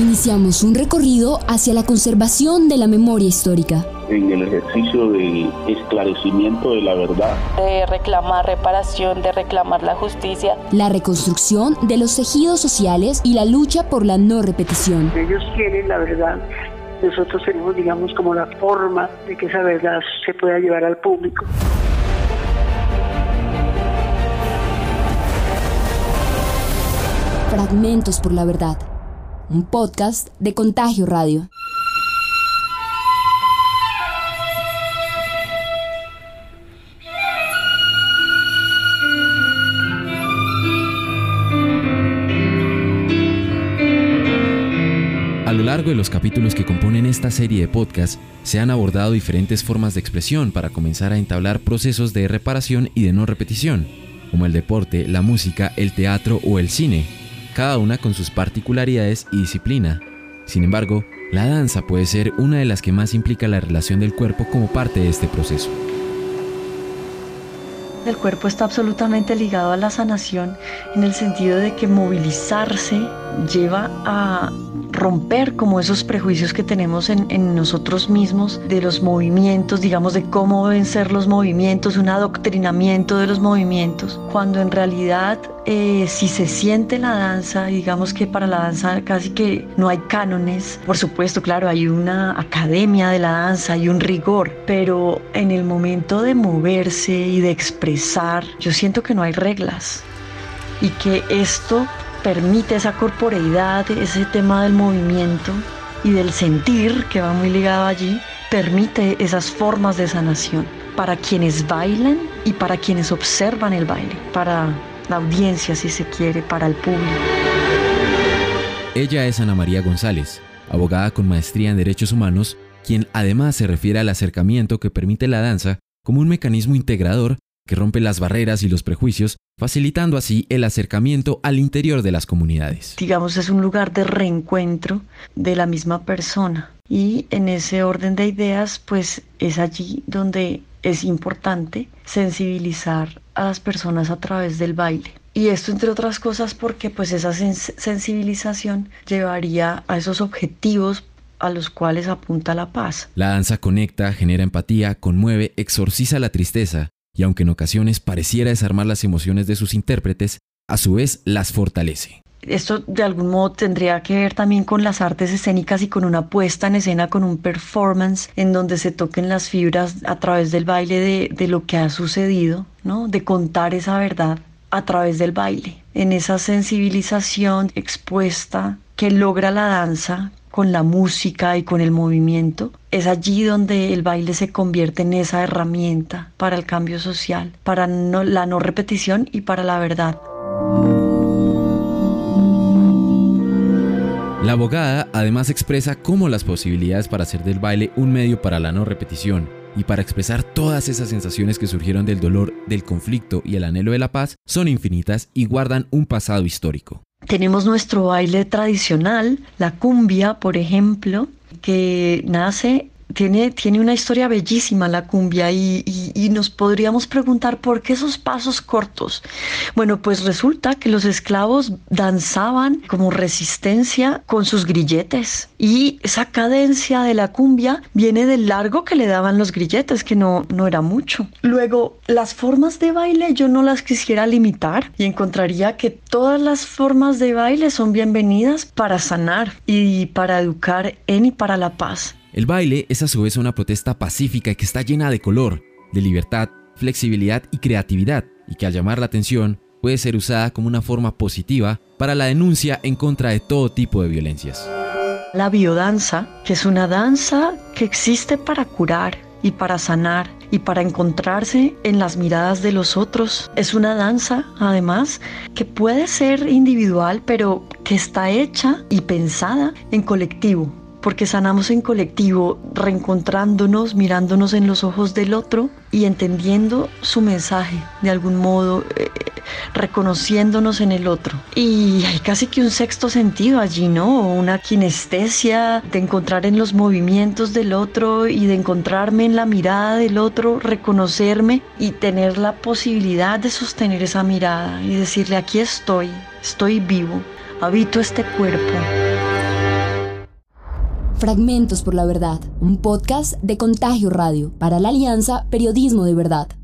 Iniciamos un recorrido hacia la conservación de la memoria histórica. En el ejercicio del esclarecimiento de la verdad. De reclamar reparación, de reclamar la justicia. La reconstrucción de los tejidos sociales y la lucha por la no repetición. Ellos quieren la verdad. Nosotros tenemos, digamos, como la forma de que esa verdad se pueda llevar al público. Fragmentos por la verdad. Un podcast de Contagio Radio. A lo largo de los capítulos que componen esta serie de podcasts, se han abordado diferentes formas de expresión para comenzar a entablar procesos de reparación y de no repetición, como el deporte, la música, el teatro o el cine, cada una con sus particularidades y disciplina. Sin embargo, la danza puede ser una de las que más implica la relación del cuerpo como parte de este proceso. El cuerpo está absolutamente ligado a la sanación en el sentido de que movilizarse lleva a romper como esos prejuicios que tenemos en nosotros mismos de los movimientos, digamos, de cómo deben ser los movimientos, un adoctrinamiento de los movimientos, cuando en realidad si se siente la danza, digamos que para la danza casi que no hay cánones. Por supuesto, claro, hay una academia de la danza, hay un rigor, pero en el momento de moverse y de expresar, yo siento que no hay reglas y que esto permite esa corporeidad, ese tema del movimiento y del sentir, que va muy ligado allí, permite esas formas de sanación para quienes bailan y para quienes observan el baile, para la audiencia, si se quiere, para el público. Ella es Ana María González, abogada con maestría en Derechos Humanos, quien además se refiere al acercamiento que permite la danza como un mecanismo integrador que rompe las barreras y los prejuicios, facilitando así el acercamiento al interior de las comunidades. Digamos, es un lugar de reencuentro de la misma persona. Y en ese orden de ideas, pues es allí donde es importante sensibilizar a las personas a través del baile. Y esto, entre otras cosas, porque pues esa sensibilización llevaría a esos objetivos a los cuales apunta la paz. La danza conecta, genera empatía, conmueve, exorciza la tristeza, y aunque en ocasiones pareciera desarmar las emociones de sus intérpretes, a su vez las fortalece. Esto de algún modo tendría que ver también con las artes escénicas y con una puesta en escena, con un performance en donde se toquen las fibras a través del baile de lo que ha sucedido, ¿no? De contar esa verdad a través del baile, en esa sensibilización expuesta que logra la danza con la música y con el movimiento. Es allí donde el baile se convierte en esa herramienta para el cambio social, para la no repetición y para la verdad. La abogada además expresa cómo las posibilidades para hacer del baile un medio para la no repetición y para expresar todas esas sensaciones que surgieron del dolor, del conflicto y el anhelo de la paz son infinitas y guardan un pasado histórico. Tenemos nuestro baile tradicional, la cumbia, por ejemplo, que tiene una historia bellísima la cumbia y nos podríamos preguntar ¿por qué esos pasos cortos? Bueno, pues resulta que los esclavos danzaban como resistencia con sus grilletes y esa cadencia de la cumbia viene del largo que le daban los grilletes, que no era mucho. Luego, las formas de baile yo no las quisiera limitar y encontraría que todas las formas de baile son bienvenidas para sanar y para educar en y para la paz. El baile es a su vez una protesta pacífica que está llena de color, de libertad, flexibilidad y creatividad, y que al llamar la atención puede ser usada como una forma positiva para la denuncia en contra de todo tipo de violencias. La biodanza, que es una danza que existe para curar y para sanar y para encontrarse en las miradas de los otros, es una danza, además, que puede ser individual, pero que está hecha y pensada en colectivo. Porque sanamos en colectivo, reencontrándonos, mirándonos en los ojos del otro y entendiendo su mensaje, de algún modo, reconociéndonos en el otro. Y hay casi que un sexto sentido allí, ¿no? Una kinestesia de encontrar en los movimientos del otro y de encontrarme en la mirada del otro, reconocerme y tener la posibilidad de sostener esa mirada y decirle: aquí estoy vivo, habito este cuerpo. Fragmentos por la Verdad, un podcast de Contagio Radio para la Alianza Periodismo de Verdad.